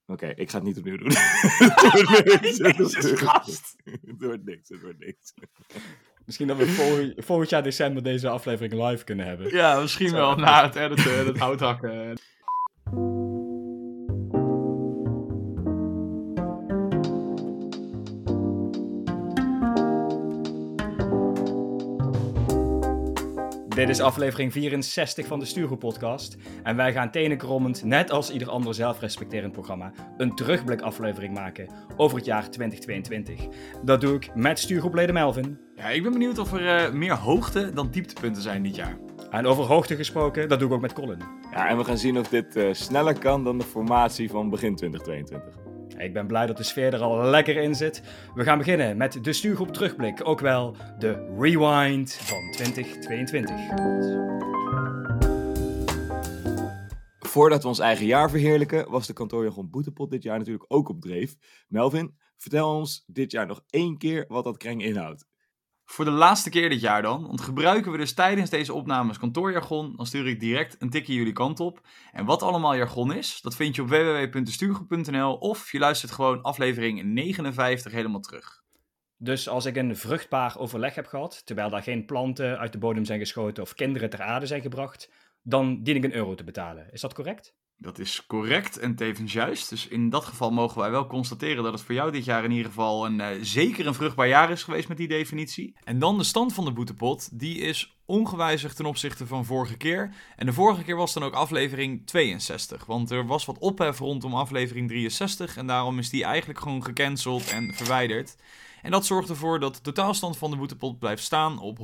Oké, ik ga het niet opnieuw doen. Het wordt niks. Jezus, gast. Het wordt niks. Misschien dat we volgend jaar december deze aflevering live kunnen hebben. Ja, misschien wel na het editen en het houthakken. Dit is aflevering 64 van de Stuurgroep podcast. En wij gaan tenenkrommend, net als ieder ander zelfrespecterend programma, een terugblikaflevering maken over het jaar 2022. Dat doe ik met stuurgroepleden Melvin. Ja, ik ben benieuwd of er meer hoogte dan dieptepunten zijn dit jaar. En over hoogte gesproken, dat doe ik ook met Colin. Ja, en we gaan zien of dit sneller kan dan de formatie van begin 2022. Ik ben blij dat de sfeer er al lekker in zit. We gaan beginnen met de Stuurgroep terugblik, ook wel de Rewind van 2022. Voordat we ons eigen jaar verheerlijken, was de kantoorjargon Boetepot dit jaar natuurlijk ook op dreef. Melvin, vertel ons dit jaar nog 1 keer wat dat kreng inhoudt. Voor de laatste keer dit jaar dan, want gebruiken we dus tijdens deze opnames kantoorjargon, dan stuur ik direct een tikje jullie kant op. En wat allemaal jargon is, dat vind je op www.destuurgroep.nl of je luistert gewoon aflevering 59 helemaal terug. Dus als ik een vruchtbaar overleg heb gehad, terwijl daar geen planten uit de bodem zijn geschoten of kinderen ter aarde zijn gebracht, dan dien ik €1 te betalen. Is dat correct? Dat is correct en tevens juist. Dus in dat geval mogen wij wel constateren dat het voor jou dit jaar in ieder geval zeker een vruchtbaar jaar is geweest met die definitie. En dan de stand van de boetepot. Die is ongewijzigd ten opzichte van vorige keer. En de vorige keer was dan ook aflevering 62. Want er was wat ophef rondom aflevering 63. En daarom is die eigenlijk gewoon gecanceld en verwijderd. En dat zorgt ervoor dat de totaalstand van de boetepot blijft staan op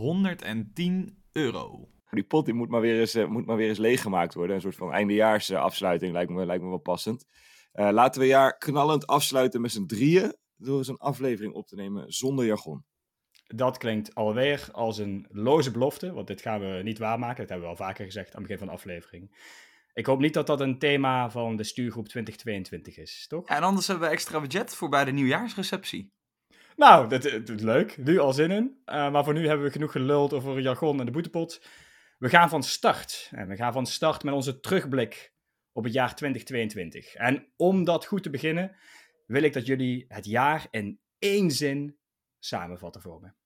€110. Die pot die moet maar weer eens leeggemaakt worden. Een soort van eindejaarsafsluiting lijkt me wel passend. Laten we jaar knallend afsluiten met z'n drieën door eens een aflevering op te nemen zonder jargon. Dat klinkt alweer als een loze belofte, want dit gaan we niet waarmaken. Dat hebben we al vaker gezegd aan het begin van de aflevering. Ik hoop niet dat dat een thema van de Stuurgroep 2022 is, toch? En anders hebben we extra budget voor bij de nieuwjaarsreceptie. Nou, dat is leuk. Nu al zin in. Maar voor nu hebben we genoeg geluld over jargon en de boetepot. We gaan van start. En we gaan van start met onze terugblik op het jaar 2022. En om dat goed te beginnen, wil ik dat jullie het jaar in 1 zin samenvatten voor me.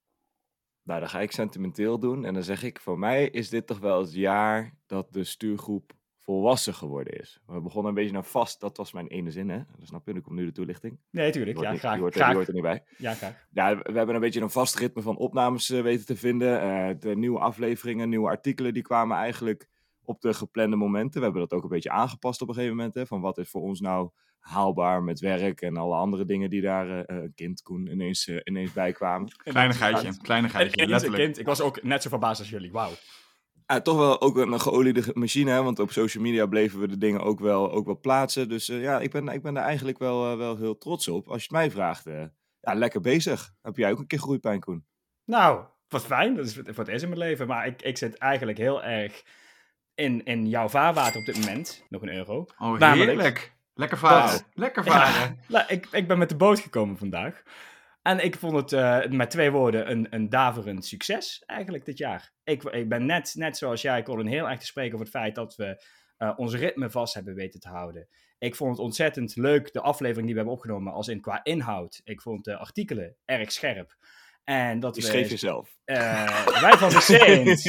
Nou, dan ga ik sentimenteel doen. En dan zeg ik, voor mij is dit toch wel het jaar dat de stuurgroep volwassen geworden is. We begonnen een beetje naar vast. Dat was mijn ene zin, hè? Dat snap je, nu komt nu de toelichting. Nee, tuurlijk. Ja, graag. Die hoort er niet bij. Ja, graag. Ja, we hebben een beetje een vast ritme van opnames weten te vinden. De nieuwe afleveringen, nieuwe artikelen, die kwamen eigenlijk op de geplande momenten. We hebben dat ook een beetje aangepast op een gegeven moment. Hè, van wat is voor ons nou haalbaar met werk en alle andere dingen die daar kind Koen ineens bij kwamen. Kleinigheidje, letterlijk. Kind. Ik was ook net zo verbaasd als jullie. Wauw. Toch wel ook een geoliede machine, hè, want op social media bleven we de dingen ook wel plaatsen. Dus ja, ik ben daar eigenlijk wel heel trots op. Als je het mij vraagt, ja, lekker bezig. Heb jij ook een keer groeipijn, Koen? Nou, wat fijn. Dat is voor het eerst in mijn leven. Maar ik zit eigenlijk heel erg in jouw vaarwater op dit moment. Nog €1. Oh, Namelijk, heerlijk. Lekker varen. Lekker varen. Ja, ik ben met de boot gekomen vandaag. En ik vond het met 2 woorden een daverend succes eigenlijk dit jaar. Ik ben net zoals jij, Colin, heel erg te spreken over het feit dat we ons ritme vast hebben weten te houden. Ik vond het ontzettend leuk, de aflevering die we hebben opgenomen, als in qua inhoud. Ik vond de artikelen erg scherp. En dat die schreef je zelf. Wij van de Saints.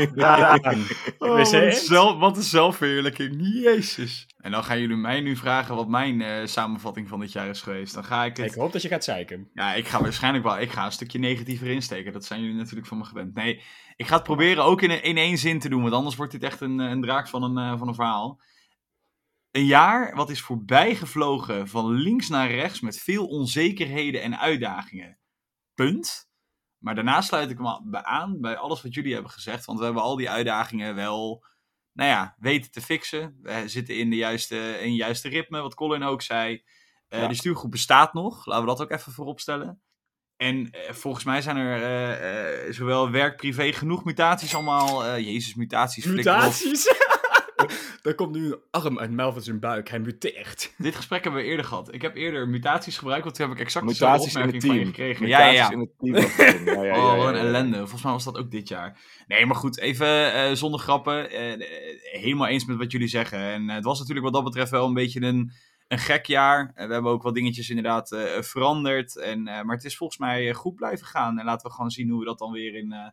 Wat een zelfverheerlijking. Jezus. En dan gaan jullie mij nu vragen wat mijn samenvatting van dit jaar is geweest. Dan ga ik het... Ik hoop dat je gaat zeiken. Ja, ik ga waarschijnlijk wel... Ik ga een stukje negatiever insteken. Dat zijn jullie natuurlijk van me gewend. Nee, ik ga het proberen ook in 1 zin te doen. Want anders wordt dit echt een draak van een verhaal. Een jaar wat is voorbij gevlogen van links naar rechts met veel onzekerheden en uitdagingen. Punt. Maar daarna sluit ik me aan bij alles wat jullie hebben gezegd. Want we hebben al die uitdagingen wel, weten te fixen. We zitten in het juiste ritme, wat Colin ook zei. De stuurgroep bestaat nog. Laten we dat ook even voorop stellen. En volgens mij zijn er zowel werk, privé genoeg mutaties allemaal. Mutaties. Mutaties? Er komt nu een arm uit Melvin zijn buik. Hij muteert. Dit gesprek hebben we eerder gehad. Ik heb eerder mutaties gebruikt, want toen heb ik exact mutaties dezelfde opmerking van je gekregen. Mutaties in het team. Wat een ellende. Volgens mij was dat ook dit jaar. Nee, maar goed, even zonder grappen. Helemaal eens met wat jullie zeggen. En het was natuurlijk wat dat betreft wel een beetje een gek jaar. We hebben ook wat dingetjes inderdaad veranderd. Maar het is volgens mij goed blijven gaan. En laten we gewoon zien hoe we dat dan weer in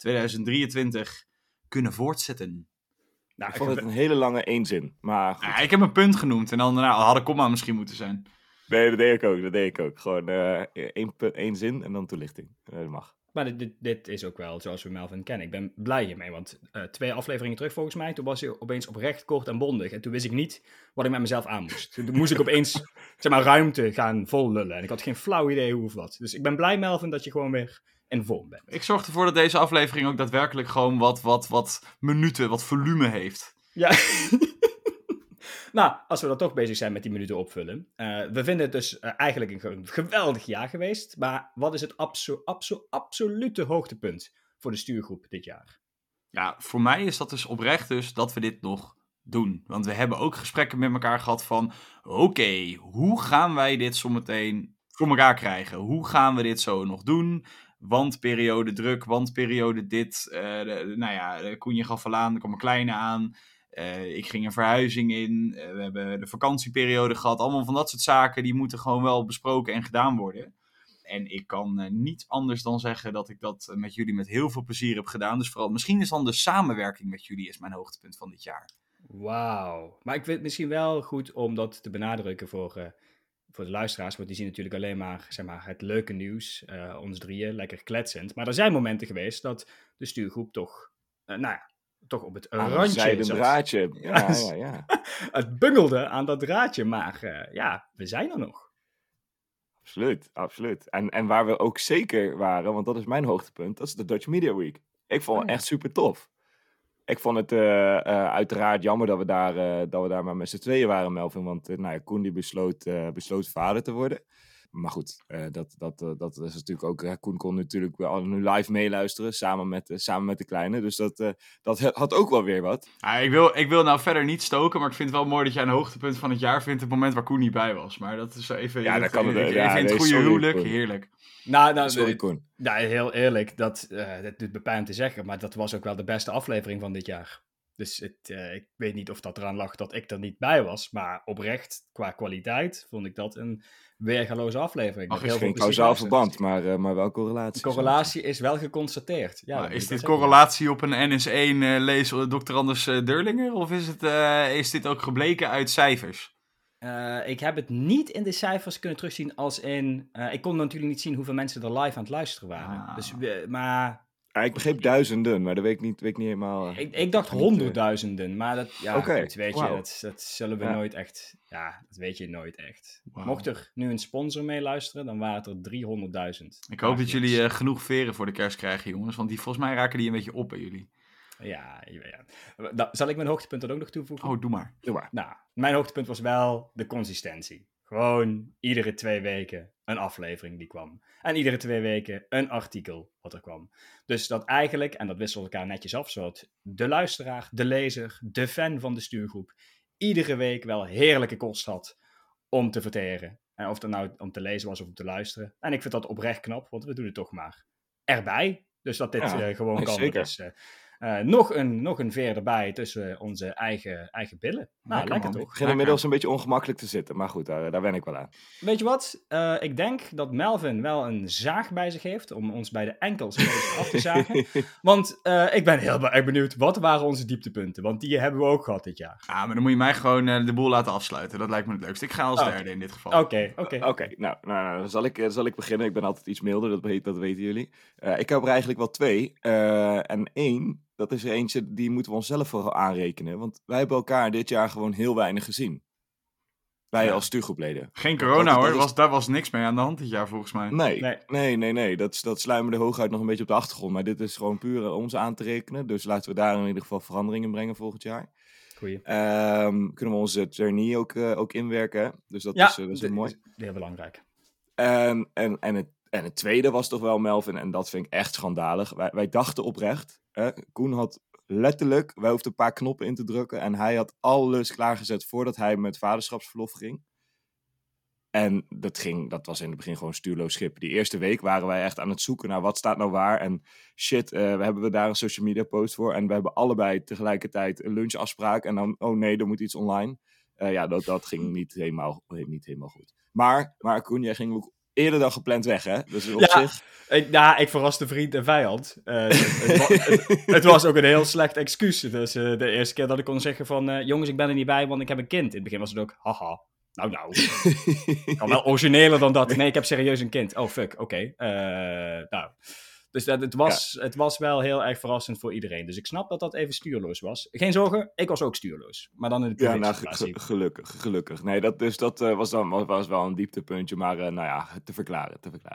2023 kunnen voortzetten. Ik vond het een hele lange éénzin, maar goed. Ja, ik heb een punt genoemd en dan had een komma misschien moeten zijn. Nee, dat deed ik ook. Gewoon één zin en dan toelichting. Dat mag. Maar dit is ook wel zoals we Melvin kennen. Ik ben blij hiermee, want 2 afleveringen terug volgens mij, toen was hij opeens oprecht kort en bondig. En toen wist ik niet wat ik met mezelf aan moest. Toen moest ik opeens, ruimte gaan vol lullen. En ik had geen flauw idee hoe of wat. Dus ik ben blij, Melvin, dat je gewoon weer in vorm bent. Ik zorg ervoor dat deze aflevering ook daadwerkelijk gewoon wat minuten, wat volume heeft. Ja. Nou, als we dan toch bezig zijn met die minuten opvullen. We vinden het dus eigenlijk een geweldig jaar geweest. Maar wat is het absolute hoogtepunt voor de stuurgroep dit jaar? Ja, voor mij is dat dus oprecht dus dat we dit nog doen. Want we hebben ook gesprekken met elkaar gehad van... Oké, hoe gaan wij dit zometeen voor elkaar krijgen? Hoe gaan we dit zo nog doen? Want periode druk, want periode dit. Koenje gaf al aan, er kwam een kleine aan... ik ging een verhuizing in. We hebben de vakantieperiode gehad. Allemaal van dat soort zaken. Die moeten gewoon wel besproken en gedaan worden. En ik kan niet anders dan zeggen dat ik dat met jullie met heel veel plezier heb gedaan. Dus vooral, misschien is dan de samenwerking met jullie is mijn hoogtepunt van dit jaar. Wauw. Maar ik vind het misschien wel goed om dat te benadrukken voor de luisteraars. Want die zien natuurlijk alleen maar, het leuke nieuws. Ons drieën, lekker kletsend. Maar er zijn momenten geweest dat de stuurgroep toch op het randje zijden zat. draadje. Ja. Het bungelde aan dat draadje, maar we zijn er nog. Absoluut. En waar we ook zeker waren, want dat is mijn hoogtepunt, dat is de Dutch Media Week. Ik vond het echt super tof. Ik vond het uiteraard jammer dat we daar maar met z'n tweeën waren, Melvin. Want Koen die besloot vader te worden. Maar goed, dat is natuurlijk ook... Koen kon natuurlijk wel nu live meeluisteren, samen met de kleine. Dus dat had ook wel weer wat. Ja, ik wil nou verder niet stoken, maar ik vind het wel mooi dat jij een hoogtepunt van het jaar vindt... op het moment waar Koen niet bij was. Maar dat is even... Ja, dat kan het. Even in het goede huwelijk, Koen. heerlijk. Sorry, Koen. Nou, heel eerlijk, dat doet me pijn te zeggen, maar dat was ook wel de beste aflevering van dit jaar. Dus ik weet niet of dat eraan lag dat ik er niet bij was, maar oprecht, qua kwaliteit, vond ik dat een weergaloze aflevering. Er is geen kausaal verband, maar wel correlatie. Correlatie is wel geconstateerd. Ja, is dit correlatie op een NS1 lees Dr. Anders Durlinger, of is dit ook gebleken uit cijfers? Ik heb het niet in de cijfers kunnen terugzien als in... ik kon natuurlijk niet zien hoeveel mensen er live aan het luisteren waren. Dus, maar... Ik begreep duizenden, maar dat weet ik niet helemaal... Ik dacht honderdduizenden, maar dat... Ja, okay. goed, weet je, dat zullen we nooit echt... Ja, dat weet je nooit echt. Wow. Mocht er nu een sponsor mee luisteren, dan waren het er 300.000. Ik hoop dat jullie genoeg veren voor de kerst krijgen, jongens. Want volgens mij raken die een beetje op bij jullie. Ja. Zal ik mijn hoogtepunt dan ook nog toevoegen? Oh, doe maar. Nou, mijn hoogtepunt was wel de consistentie. Gewoon iedere 2 weken een aflevering die kwam. En iedere 2 weken een artikel wat er kwam. Dus dat eigenlijk, en dat wisselde elkaar netjes af, zodat de luisteraar, de lezer, de fan van de stuurgroep iedere week wel heerlijke kost had om te verteren. En of dat nou om te lezen was of om te luisteren. En ik vind dat oprecht knap, want we doen het toch maar erbij. Dus dat dit gewoon kan. Zeker. Dus, nog een veer erbij tussen onze eigen billen. Nou, lekker toch? Ik begin inmiddels een beetje ongemakkelijk te zitten, maar goed, daar wen ik wel aan. Weet je wat? Ik denk dat Melvin wel een zaag bij zich heeft om ons bij de enkels af te zagen. Want ik ben heel erg benieuwd, wat waren onze dieptepunten? Want die hebben we ook gehad dit jaar. Ja, maar dan moet je mij gewoon de boel laten afsluiten. Dat lijkt me het leukste. Ik ga als derde in dit geval. Oké. Nou, dan zal ik beginnen. Ik ben altijd iets milder, dat weten jullie. Ik heb er eigenlijk wel 2. En 1... Dat is er eentje, die moeten we onszelf voor aanrekenen. Want wij hebben elkaar dit jaar gewoon heel weinig gezien. Wij als stuurgroepleden. Geen corona hoor, daar was niks mee aan de hand dit jaar volgens mij. Nee. Dat sluimerde hooguit nog een beetje op de achtergrond. Maar dit is gewoon puur ons aan te rekenen. Dus laten we daar in ieder geval verandering in brengen volgend jaar. Goeie. Kunnen we onze trainee ook inwerken. Dus dat is mooi. Heel belangrijk. En het tweede was toch wel, Melvin, en dat vind ik echt schandalig. Wij dachten oprecht, Koen had letterlijk, wij hoefden een paar knoppen in te drukken en hij had alles klaargezet voordat hij met vaderschapsverlof ging. En dat was in het begin gewoon stuurloos schip. Die eerste week waren wij echt aan het zoeken naar wat staat nou waar. En shit, hebben we daar een social media post voor. En we hebben allebei tegelijkertijd een lunchafspraak. En dan, oh nee, er moet iets online. Dat ging niet helemaal goed. Maar Koen, jij ging ook eerder dan gepland weg, hè? Dus op zich... Ik verraste vriend en vijand. Het was ook een heel slecht excuus. Dus de eerste keer dat ik kon zeggen van... jongens, ik ben er niet bij, want ik heb een kind. In het begin was het ook, haha. Nou. Kan wel origineler dan dat. Nee, ik heb serieus een kind. Oh, fuck, oké. Nou... Dus het was wel heel erg verrassend voor iedereen. Dus ik snap dat dat even stuurloos was. Geen zorgen, ik was ook stuurloos. Maar dan in de publieke gelukkig. Nee, dat was wel een dieptepuntje. Maar te verklaren.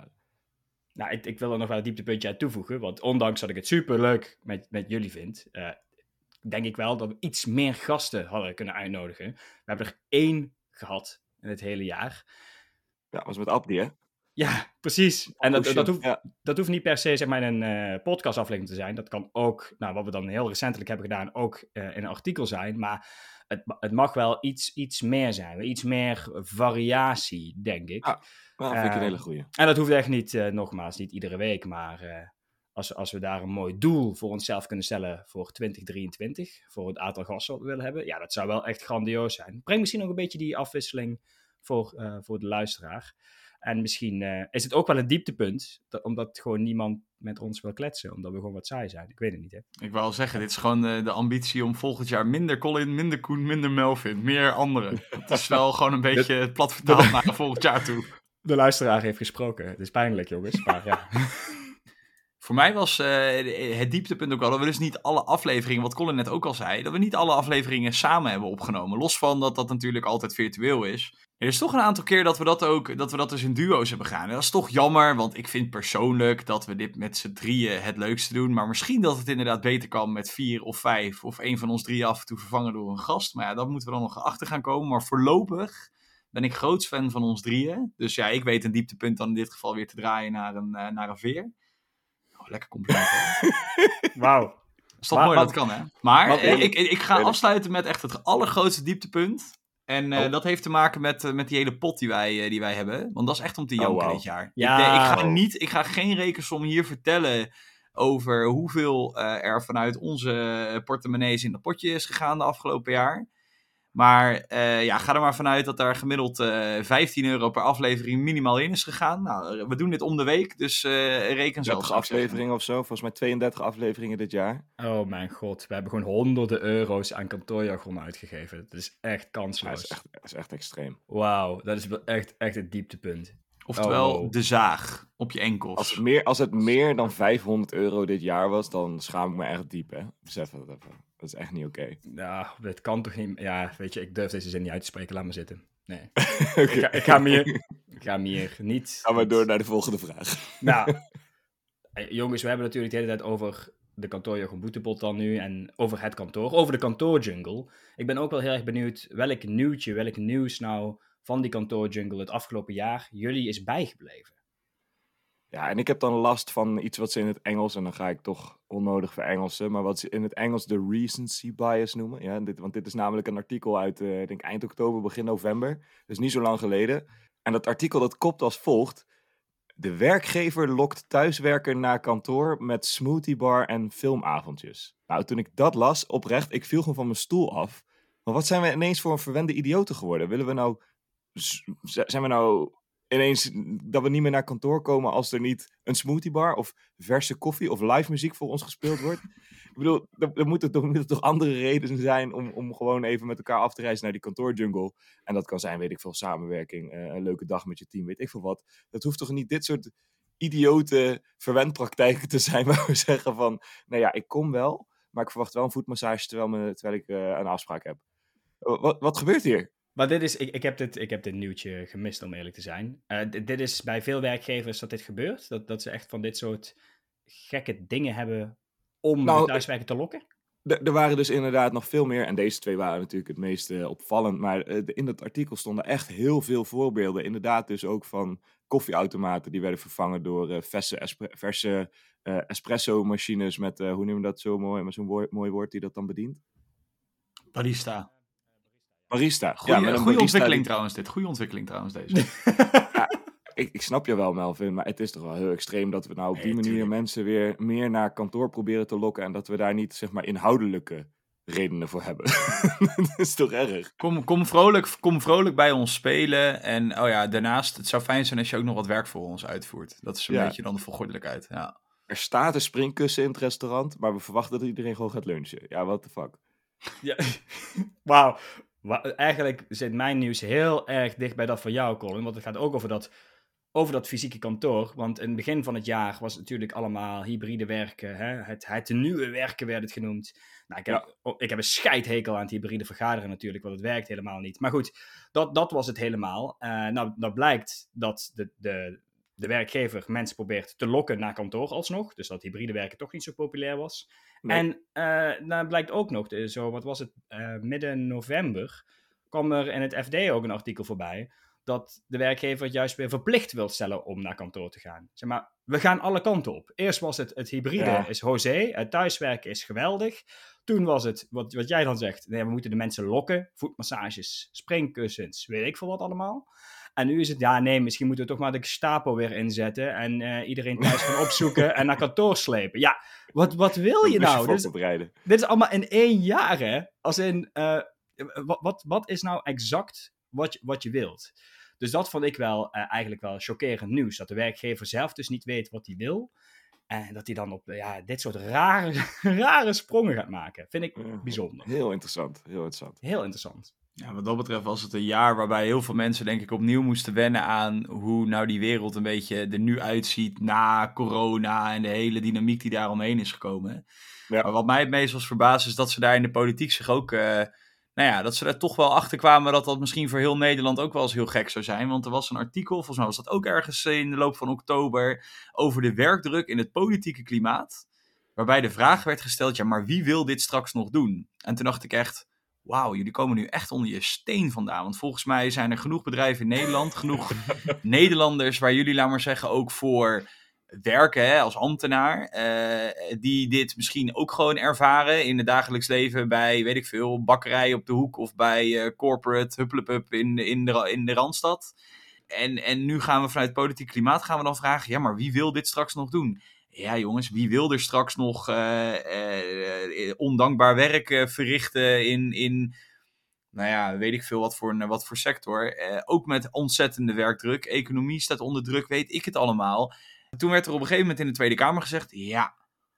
Nou, ik wil er nog wel een dieptepuntje aan toevoegen. Want ondanks dat ik het superleuk met jullie vind... denk ik wel dat we iets meer gasten hadden kunnen uitnodigen. We hebben er 1 gehad in het hele jaar. Ja, was met Abdi, hè? Ja, precies. En dat hoeft niet per se zeg maar, in een podcastaflevering te zijn. Dat kan ook, wat we dan heel recentelijk hebben gedaan, ook in een artikel zijn. Maar het mag wel iets meer zijn. Iets meer variatie, denk ik. Vind ik een hele goeie. En dat hoeft echt niet, nogmaals, niet iedere week. Maar als we daar een mooi doel voor onszelf kunnen stellen voor 2023, voor het aantal gasten wat we willen hebben, ja, dat zou wel echt grandioos zijn. Breng misschien nog een beetje die afwisseling voor de luisteraar. En misschien is het ook wel een dieptepunt, omdat gewoon niemand met ons wil kletsen, omdat we gewoon wat saai zijn. Ik weet het niet, hè. Ik wou al zeggen, dit is gewoon de ambitie om volgend jaar minder Colin, minder Koen, minder Melvin, meer anderen. Het is wel gewoon een beetje het plat vertaald naar volgend jaar toe. De luisteraar heeft gesproken. Het is pijnlijk, jongens, maar ja. Voor mij was het dieptepunt ook wel dat we dus niet alle afleveringen, wat Colin net ook al zei, dat we niet alle afleveringen samen hebben opgenomen. Los van dat dat natuurlijk altijd virtueel is. Er is toch een aantal keer dat we dat dus in duo's hebben gedaan. En dat is toch jammer, want ik vind persoonlijk dat we dit met z'n drieën het leukste doen. Maar misschien dat het inderdaad beter kan met 4 of 5 of 1 van ons 3 af en toe vervangen door een gast. Maar ja, dat moeten we dan nog achter gaan komen. Maar voorlopig ben ik groots fan van ons 3. Dus ja, ik weet een dieptepunt dan in dit geval weer te draaien naar een veer. Lekker compliment. Wauw. Is toch mooi dat het kan, hè? Maar ik ga afsluiten met echt het allergrootste dieptepunt. En dat heeft te maken met die hele pot die wij hebben. Want dat is echt om te janken dit jaar. Ja. Ik ga geen rekensom hier vertellen over hoeveel er vanuit onze portemonnees in dat potje is gegaan de afgelopen jaar. Maar ga er maar vanuit dat daar gemiddeld €15 per aflevering minimaal in is gegaan. Nou, we doen dit om de week, dus reken zelf. 30 afleveringen of zo, volgens mij 32 afleveringen dit jaar. Oh mijn god, we hebben gewoon honderden euro's aan kantoorjargon uitgegeven. Dat is echt kansloos. Dat is echt extreem. Wauw, dat is wel echt het dieptepunt. Oftewel de zaag op je enkels. Als het meer dan €500 dit jaar was, dan schaam ik me echt diep, hè. Besef dat even. Dat is echt niet oké. Nou, dat kan toch niet... Ja, weet je, ik durf deze zin niet uit te spreken. Laat maar zitten. Nee. Okay. Ik ga me hier niet... Gaan we door naar de volgende vraag. Nou, jongens, we hebben natuurlijk de hele tijd over de kantoorjargon boetepot dan nu en over het kantoor, over de kantoorjungle. Ik ben ook wel heel erg benieuwd welk nieuws nou van die kantoorjungle het afgelopen jaar jullie is bijgebleven. Ja, en ik heb dan last van iets wat ze in het Engels, en dan ga ik toch onnodig verengelsen, maar wat ze in het Engels de recency bias noemen. Ja, want dit is namelijk een artikel uit, ik denk eind oktober, begin november. Dus niet zo lang geleden. En dat artikel dat kopt als volgt. De werkgever lokt thuiswerker naar kantoor met smoothiebar en filmavondjes. Nou, toen ik dat las, oprecht, ik viel gewoon van mijn stoel af. Maar wat zijn we ineens voor een verwende idioten geworden? Zijn we nou ineens dat we niet meer naar kantoor komen als er niet een smoothiebar of verse koffie of live muziek voor ons gespeeld wordt? Ik bedoel, er moeten toch andere redenen zijn om gewoon even met elkaar af te reizen naar die kantoorjungle. En dat kan zijn, weet ik veel, samenwerking, een leuke dag met je team, weet ik veel wat. Dat hoeft toch niet dit soort idiote verwendpraktijken te zijn waar we zeggen van, nou ja, ik kom wel, maar ik verwacht wel een voetmassage terwijl ik een afspraak heb. Wat gebeurt hier? Maar dit is, ik heb dit nieuwtje gemist, om eerlijk te zijn. Dit is bij veel werkgevers dat dit gebeurt. Dat ze echt van dit soort gekke dingen hebben om de thuiswerker te lokken. Er waren dus inderdaad nog veel meer. En deze 2 waren natuurlijk het meest opvallend. Maar in dat artikel stonden echt heel veel voorbeelden. Inderdaad dus ook van koffieautomaten die werden vervangen door verse espresso-machines met, hoe noemen we dat zo mooi, met zo'n mooi woord die dat dan bedient? Barista. Goeie ontwikkeling trouwens dit. Goeie ontwikkeling trouwens deze. Ja, ik snap je wel, Melvin, maar het is toch wel heel extreem dat we nou op die manier mensen weer meer naar kantoor proberen te lokken en dat we daar niet, zeg maar, inhoudelijke redenen voor hebben. Dat is toch erg? Kom vrolijk bij ons spelen. En daarnaast, het zou fijn zijn als je ook nog wat werk voor ons uitvoert. Dat is een beetje dan de volgordelijkheid. Ja. Er staat een springkussen in het restaurant, maar we verwachten dat iedereen gewoon gaat lunchen. Ja, what the fuck. Ja. Wauw. Eigenlijk zit mijn nieuws heel erg dicht bij dat van jou, Colin. Want het gaat ook over dat fysieke kantoor. Want in het begin van het jaar was het natuurlijk allemaal hybride werken. Hè? Het nieuwe werken werd het genoemd. Nou, ik heb een scheidhekel aan het hybride vergaderen natuurlijk, want het werkt helemaal niet. Maar goed, dat was het helemaal. Nou blijkt dat de werkgever mensen probeert te lokken naar kantoor alsnog. Dus dat hybride werken toch niet zo populair was. Nee. En dan blijkt ook nog, wat was het, midden november, kwam er in het FD ook een artikel voorbij dat de werkgever het juist weer verplicht wil stellen om naar kantoor te gaan. Zeg maar, we gaan alle kanten op. Eerst was het hybride is José, het thuiswerken is geweldig. Toen was het, wat jij dan zegt, nee, we moeten de mensen lokken, voetmassages, springkussens, weet ik veel wat allemaal. En nu is het, misschien moeten we toch maar de Gestapo weer inzetten en iedereen thuis gaan opzoeken en naar kantoor slepen. Ja, wat wil je nou? Dit is allemaal in 1 jaar, hè? Als in, wat is nou exact wat je wilt? Dus dat vond ik wel eigenlijk wel chockerend nieuws. Dat de werkgever zelf dus niet weet wat hij wil. En dat hij dan op dit soort rare sprongen gaat maken. Vind ik bijzonder. Heel interessant. Heel interessant. Ja, wat dat betreft was het een jaar waarbij heel veel mensen denk ik opnieuw moesten wennen aan hoe nou die wereld een beetje er nu uitziet na corona en de hele dynamiek die daar omheen is gekomen. Ja. Maar wat mij het meest was verbaasd is dat ze daar in de politiek zich ook, dat ze er toch wel achter kwamen dat misschien voor heel Nederland ook wel eens heel gek zou zijn. Want er was een artikel, volgens mij was dat ook ergens in de loop van oktober, over de werkdruk in het politieke klimaat. Waarbij de vraag werd gesteld, maar wie wil dit straks nog doen? En toen dacht ik echt, wauw, jullie komen nu echt onder je steen vandaan. Want volgens mij zijn er genoeg bedrijven in Nederland, genoeg Nederlanders waar jullie, laat maar zeggen, ook voor werken als ambtenaar, die dit misschien ook gewoon ervaren in het dagelijks leven bij, weet ik veel, bakkerij op de hoek of bij corporate hupplepup in de Randstad. En nu gaan we vanuit politiek klimaat gaan we dan vragen, maar wie wil dit straks nog doen? Ja jongens, wie wil er straks nog ondankbaar werk verrichten in weet ik veel wat voor sector. Ook met ontzettende werkdruk. Economie staat onder druk, weet ik het allemaal. Toen werd er op een gegeven moment in de Tweede Kamer gezegd, we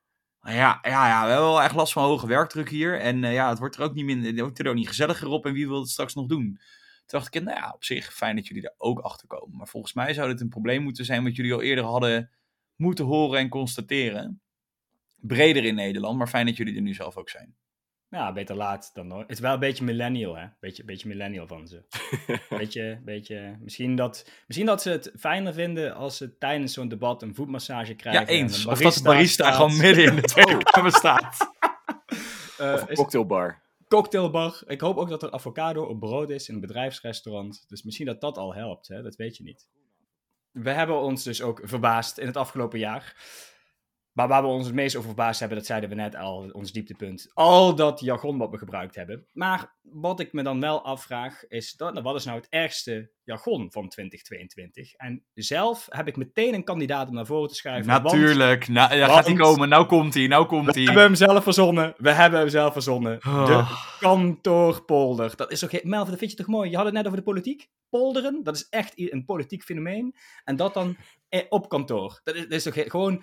hebben wel echt last van hoge werkdruk hier. En het wordt er ook niet minder, het wordt er ook niet gezelliger op en wie wil het straks nog doen? Toen dacht ik, op zich fijn dat jullie er ook achter komen. Maar volgens mij zou dit een probleem moeten zijn wat jullie al eerder hadden moeten horen en constateren. Breder in Nederland, maar fijn dat jullie er nu zelf ook zijn. Ja, beter laat dan nooit. Het is wel een beetje millennial, hè? Beetje millennial van ze. beetje, misschien dat ze het fijner vinden als ze tijdens zo'n debat een voetmassage krijgen. Ja, eens. Of dat de barista gewoon midden in de Tweede Kamer staat. Of een cocktailbar. Cocktailbar. Ik hoop ook dat er avocado op brood is in een bedrijfsrestaurant. Dus misschien dat al helpt, hè? Dat weet je niet. We hebben ons dus ook verbaasd in het afgelopen jaar. Maar waar we ons het meest over verbaasd hebben, dat zeiden we net al, ons dieptepunt. Al dat jargon wat we gebruikt hebben. Maar wat ik me dan wel afvraag, is wat is nou het ergste jargon van 2022? En zelf heb ik meteen een kandidaat om naar voren te schuiven. Natuurlijk, gaat hij komen, nou komt hij. We hebben hem zelf verzonnen. De kantoorpolder. Dat is toch, Melvin, dat vind je toch mooi? Je had het net over de politiek. Polderen, dat is echt een politiek fenomeen. En dat dan op kantoor. Dat is toch gewoon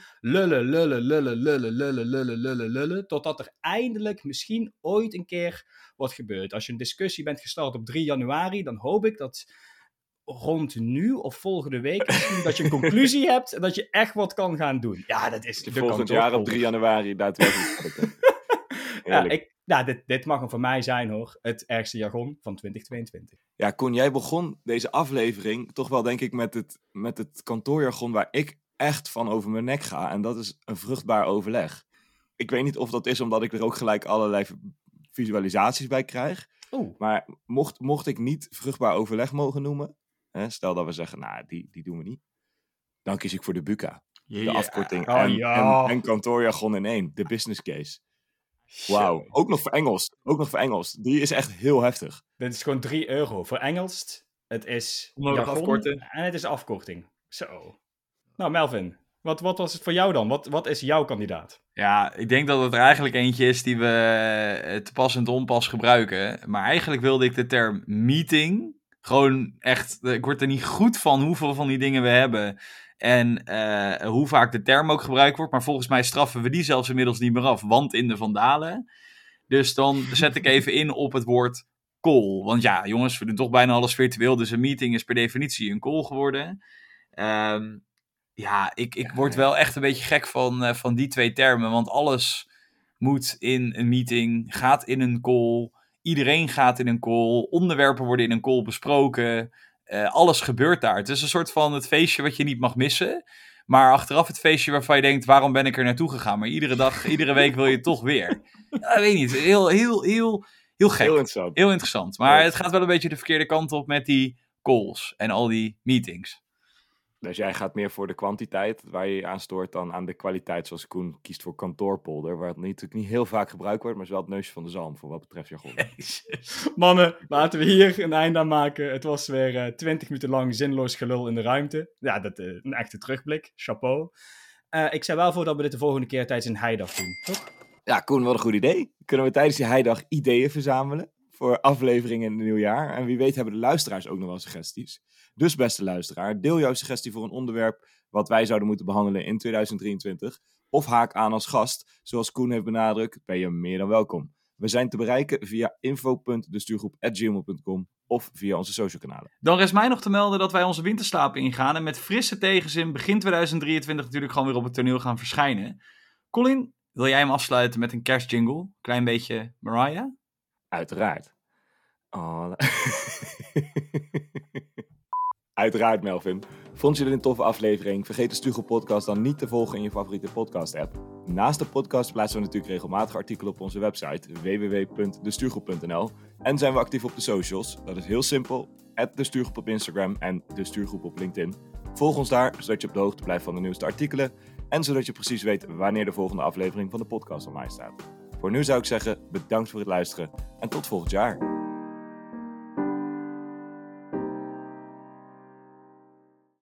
lullen, totdat er eindelijk misschien ooit een keer wat gebeurt. Als je een discussie bent gestart op 3 januari, dan hoop ik dat rond nu of volgende week misschien dat je een conclusie hebt en dat je echt wat kan gaan doen. Ja, dat is de volgend jaar op 3 januari daadwerkelijk. Dit mag hem voor mij zijn, hoor. Het ergste jargon van 2022. Ja, Koen, jij begon deze aflevering toch wel, denk ik, met het kantoorjargon waar ik echt van over mijn nek ga. En dat is een vruchtbaar overleg. Ik weet niet of dat is omdat ik er ook gelijk allerlei visualisaties bij krijg. Maar mocht ik niet vruchtbaar overleg mogen noemen, stel dat we zeggen, die doen we niet. Dan kies ik voor de BUCA. De afkorting en kantoorjargon in 1. De business case. Wauw, ook nog voor Engels. Die is echt heel heftig. Dit is gewoon €3 voor Engels. Het is jargon en het is afkorting. Zo. Nou, Melvin, Wat was het voor jou dan? Wat is jouw kandidaat? Ja, ik denk dat het er eigenlijk eentje is die we te pas en te onpas gebruiken. Maar eigenlijk wilde ik de term meeting gewoon echt... Ik word er niet goed van hoeveel van die dingen we hebben. En hoe vaak de term ook gebruikt wordt. Maar volgens mij straffen we die zelfs inmiddels niet meer af. Want in de Vandalen. Dus dan zet ik even in op het woord call. Want ja, jongens, we doen toch bijna alles virtueel. Dus een meeting is per definitie een call geworden. Ik word wel echt een beetje gek van die twee termen. Want alles moet in een meeting, gaat in een call. Iedereen gaat in een call. Onderwerpen worden in een call besproken. Alles gebeurt daar. Het is een soort van het feestje wat je niet mag missen. Maar achteraf het feestje waarvan je denkt, waarom ben ik er naartoe gegaan? Maar iedere dag, iedere week wil je het toch weer. Ja, weet niet. Heel gek. Heel interessant. Maar het gaat wel een beetje de verkeerde kant op met die calls en al die meetings. Dus jij gaat meer voor de kwantiteit waar je je aan stoort dan aan de kwaliteit, zoals Koen kiest voor kantoorpolder, waar het natuurlijk niet heel vaak gebruikt wordt, maar is wel het neusje van de zalm voor wat betreft jargon. Mannen, laten we hier een einde aan maken. Het was weer 20 minuten lang zinloos gelul in de ruimte. Ja, dat een echte terugblik. Chapeau. Ik stel wel voor dat we dit de volgende keer tijdens een heidag doen, toch? Ja, Koen, wat een goed idee. Kunnen we tijdens die heidag ideeën verzamelen voor afleveringen in het nieuwjaar? En wie weet hebben de luisteraars ook nog wel suggesties. Dus beste luisteraar, deel jouw suggestie voor een onderwerp wat wij zouden moeten behandelen in 2023. Of haak aan als gast. Zoals Koen heeft benadrukt, ben je meer dan welkom. We zijn te bereiken via info.destuurgroep@gmail.com of via onze social kanalen. Dan rest mij nog te melden dat wij onze winterslaap ingaan en met frisse tegenzin begin 2023 natuurlijk gewoon weer op het toneel gaan verschijnen. Colin, wil jij hem afsluiten met een kerstjingle? Klein beetje Mariah? Uiteraard. Oh. Uiteraard, Melvin. Vond je dit een toffe aflevering? Vergeet de Stugel Podcast dan niet te volgen in je favoriete podcast-app. Naast de podcast plaatsen we natuurlijk regelmatig artikelen op onze website www.destugel.nl en zijn we actief op de socials. Dat is heel simpel. @destuurgroep op Instagram en De Stuurgroep op LinkedIn. Volg ons daar, zodat je op de hoogte blijft van de nieuwste artikelen en zodat je precies weet wanneer de volgende aflevering van de podcast online staat. Voor nu zou ik zeggen, bedankt voor het luisteren en tot volgend jaar.